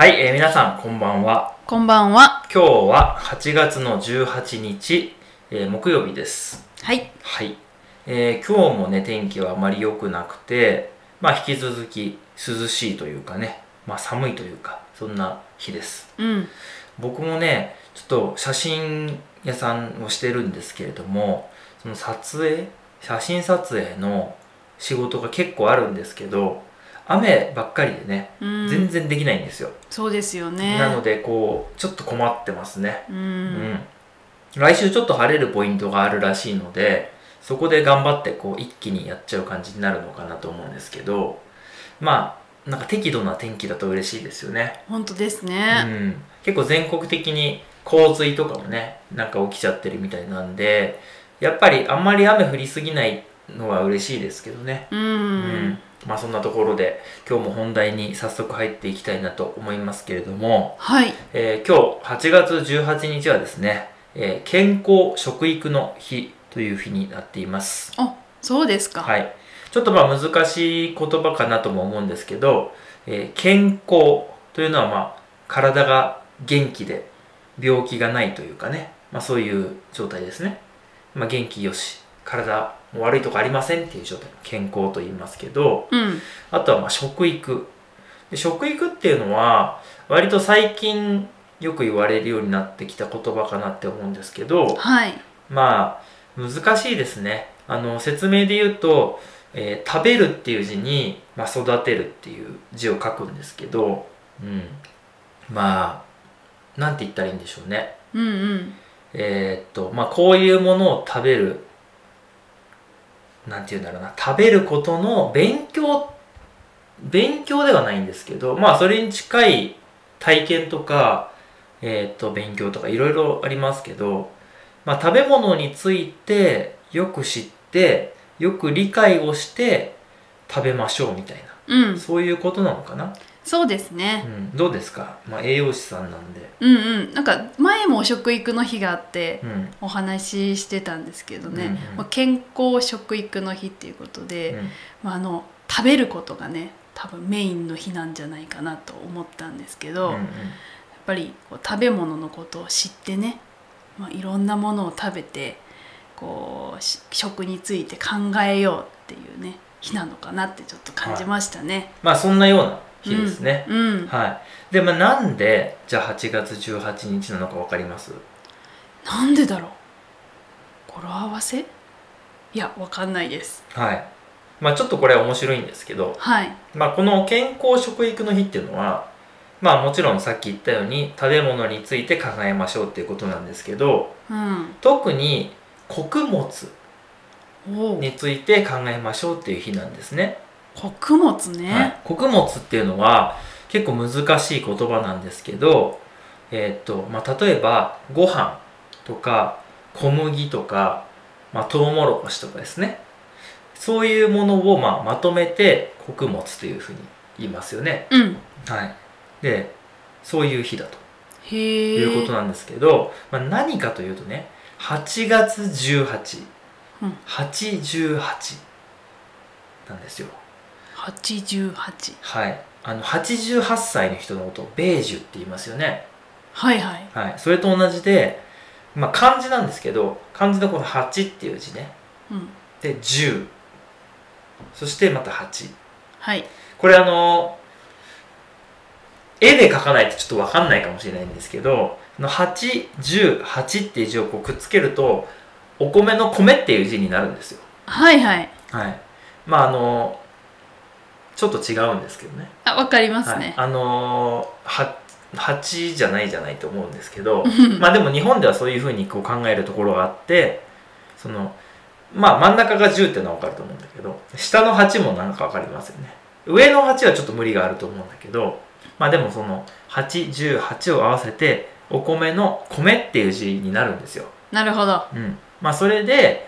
はい、皆さんこんばんは。 こんばんは。 今日は8月の18日、木曜日です。 はい。 はい。今日もね、天気はあまり良くなくて、引き続き涼しいというかね、寒いというか、そんな日です。 うん。 僕もね、ちょっと写真屋さんをしてるんですけれども、その写真撮影の仕事が結構あるんですけど、雨ばっかりでね、全然できないんですよ。 そうですよね。 なのでちょっと困ってますね。 うん。 来週ちょっと晴れるポイントがあるらしいので、そこで頑張って一気にやっちゃう感じになるのかなと思うんですけど、なんか適度な天気だと嬉しいですよね。 本当ですね。 結構全国的に洪水とかもね、なんか起きちゃってるみたいなんで、やっぱりあんまり雨降りすぎないのは嬉しいですけどね。そんなところで今日も本題に早速入っていきたいなと思いますけれども、 はい。 今日8月18日はですね、健康食育の日という日になっています。 あ、そうですか。 はい。ちょっと難しい言葉かなとも思うんですけど、健康というのは体が元気で病気がないというかね、そういう状態ですね。元気よし、体も悪いとこありませんっていう状態、健康と言いますけど、あとは食育。食育っていうのは割と最近よく言われるようになってきた言葉かなって思うんですけど、 はい。 難しいですね。説明で言うと、食べるっていう字に、育てるっていう字を書くんですけど、なんて言ったらいいんでしょうね。こういうものを食べる、なんて言うんだろうな、食べることの勉強ではないんですけど、それに近い体験とか、勉強とかいろいろありますけど、食べ物についてよく知って、よく理解をして食べましょうみたいな、そういうことなのかな。 そうですね。 どうですか、栄養士さんなんで。 なんか前も食育の日があってお話ししてたんですけどね、健康食育の日っていうことで、食べることがね多分メインの日なんじゃないかなと思ったんですけど、やっぱり食べ物のことを知ってね、いろんなものを食べて食について考えようっていうね日なのかなってちょっと感じましたね。 そんなような日ですね。はい。で、なんでじゃあ8月18日なのか分かります？ なんでだろう。語呂合わせ？いや、分かんないです。 はい。ちょっとこれは面白いんですけど、 はい。 この健康食育の日っていうのは、もちろんさっき言ったように食べ物について考えましょうっていうことなんですけど、特に穀物について考えましょうっていう日なんですね。 穀物ね。 穀物っていうのは結構難しい言葉なんですけど、例えばご飯とか小麦とか、トウモロコシとかですね、そういうものをまとめて穀物というふうに言いますよね。はい。で、そういう日だということなんですけど、何かというとね、8月18、88なんですよ。 88。 はい。88歳の人のことをベージュって言いますよね。 はいはい。 はい。それと同じで、漢字なんですけど、漢字のこの8っていう字ね。で、10。そしてまた8。 はい。 これ絵で描かないとちょっと分かんないかもしれないんですけど、8、10、8っていう字をくっつけると、お米の米っていう字になるんですよ。 はいはい。 はい。ちょっと違うんですけどね。 わかりますね。 8じゃないじゃないと思うんですけど、でも日本ではそういうふうに考えるところがあって、真ん中が10っていうのは分かると思うんだけど、下の8もなんか分かりますよね。上の8はちょっと無理があると思うんだけど、でもその8、10、8を合わせてお米の米っていう字になるんですよ。 なるほど。 それで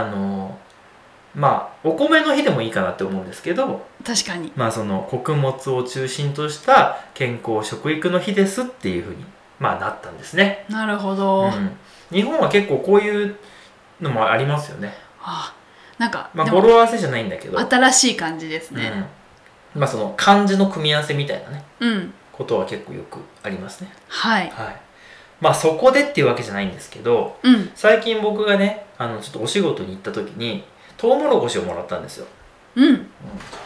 お米の日でもいいかなって思うんですけど、 確かにその穀物を中心とした健康食育の日ですっていうふうになったんですね。 なるほど。 日本は結構こういうのもありますよね。 なんか語呂合わせじゃないんだけど新しい感じですね。 その漢字の組み合わせみたいなね。 ことは結構よくありますね。 はい、 はい、まあそこでっていうわけじゃないんですけど、最近僕がねちょっとお仕事に行った時にトウモロコシをもらったんですよ。ちょっとね、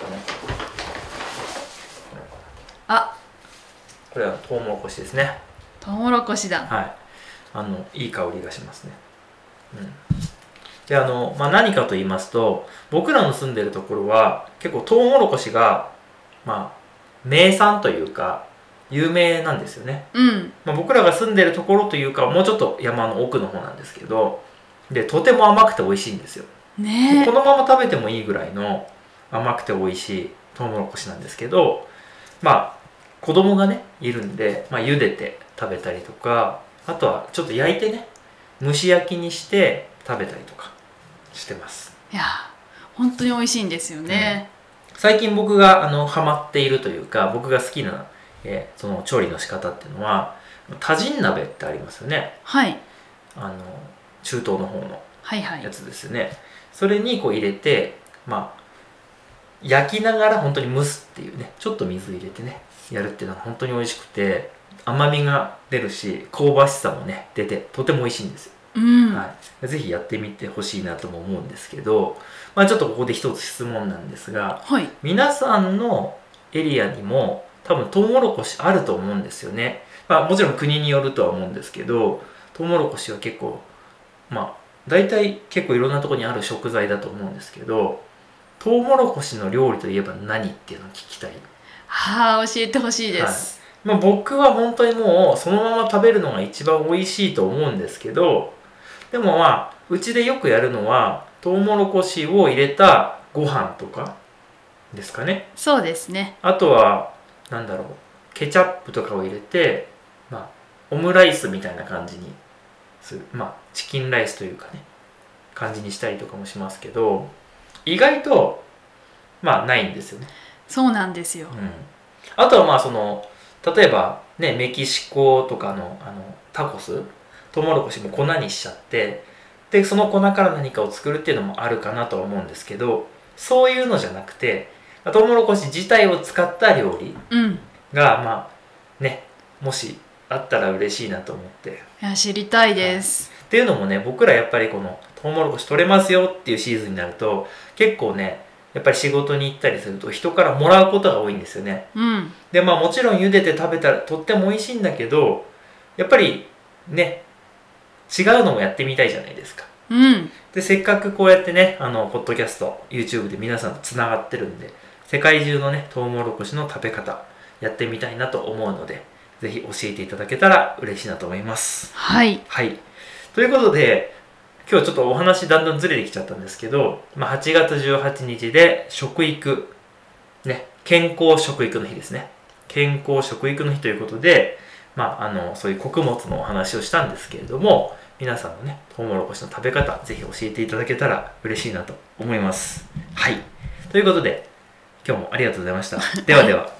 これはトウモロコシですね。 トウモロコシだ。 はい、いい香りがしますね。で何かと言いますと、僕らの住んでるところは結構トウモロコシが名産というか有名なんですよね。僕らが住んでるところというかもうちょっと山の奥の方なんですけど、でとても甘くて美味しいんですよ。ね、このまま食べてもいいぐらいの甘くて美味しいトウモロコシなんですけど、子供がねいるんで、茹でて食べたりとか、あとはちょっと焼いてね蒸し焼きにして食べたりとかしてます。 いや本当に美味しいんですよね。 最近僕がハマっているというか、僕が好きな、その調理の仕方っていうのはタジン鍋ってありますよね。 はい。 中東の方のやつですよね。それにこう入れて、焼きながら本当に蒸すっていうね、ちょっと水入れてねやるっていうのは本当に美味しくて、甘みが出るし香ばしさもね出てとても美味しいんですよ。はい、ぜひやってみてほしいなとも思うんですけど、ちょっとここで一つ質問なんですが、皆さんのエリアにも多分トウモロコシあると思うんですよね。もちろん国によるとは思うんですけど、トウモロコシは結構大体結構いろんなところにある食材だと思うんですけど、トウモロコシの料理といえば何っていうのを聞きたい。 教えてほしいです。 僕は本当にもうそのまま食べるのが一番美味しいと思うんですけど、でもうちでよくやるのはトウモロコシを入れたご飯とかですかね。 そうですね。 あとはケチャップとかを入れて、オムライスみたいな感じにする、チキンライスというかね感じにしたりとかもしますけど、意外とないんですよね。 そうなんですよ。 あとは例えばねメキシコとかのタコス、トウモロコシも粉にしちゃって、でその粉から何かを作るっていうのもあるかなとは思うんですけど、そういうのじゃなくてトウモロコシ自体を使った料理が、もしあったら嬉しいなと思って。 いや知りたいです。 っていうのもね、僕らやっぱりこのトウモロコシ取れますよっていうシーズンになると結構ねやっぱり仕事に行ったりすると人からもらうことが多いんですよね。でもちろん茹でて食べたらとっても美味しいんだけど、やっぱりね違うのもやってみたいじゃないですか。でせっかくこうやってねポッドキャスト YouTube で皆さんとつながってるんで、世界中のねトウモロコシの食べ方やってみたいなと思うので、ぜひ教えていただけたら嬉しいなと思います。はい、ということで今日ちょっとお話だんだんずれてきちゃったんですけど、8月18日で食育ね、健康食育の日ですね。健康食育の日ということで、そういう穀物のお話をしたんですけれども、皆さんのねトウモロコシの食べ方ぜひ教えていただけたら嬉しいなと思います。はい、ということで今日もありがとうございました。ではでは。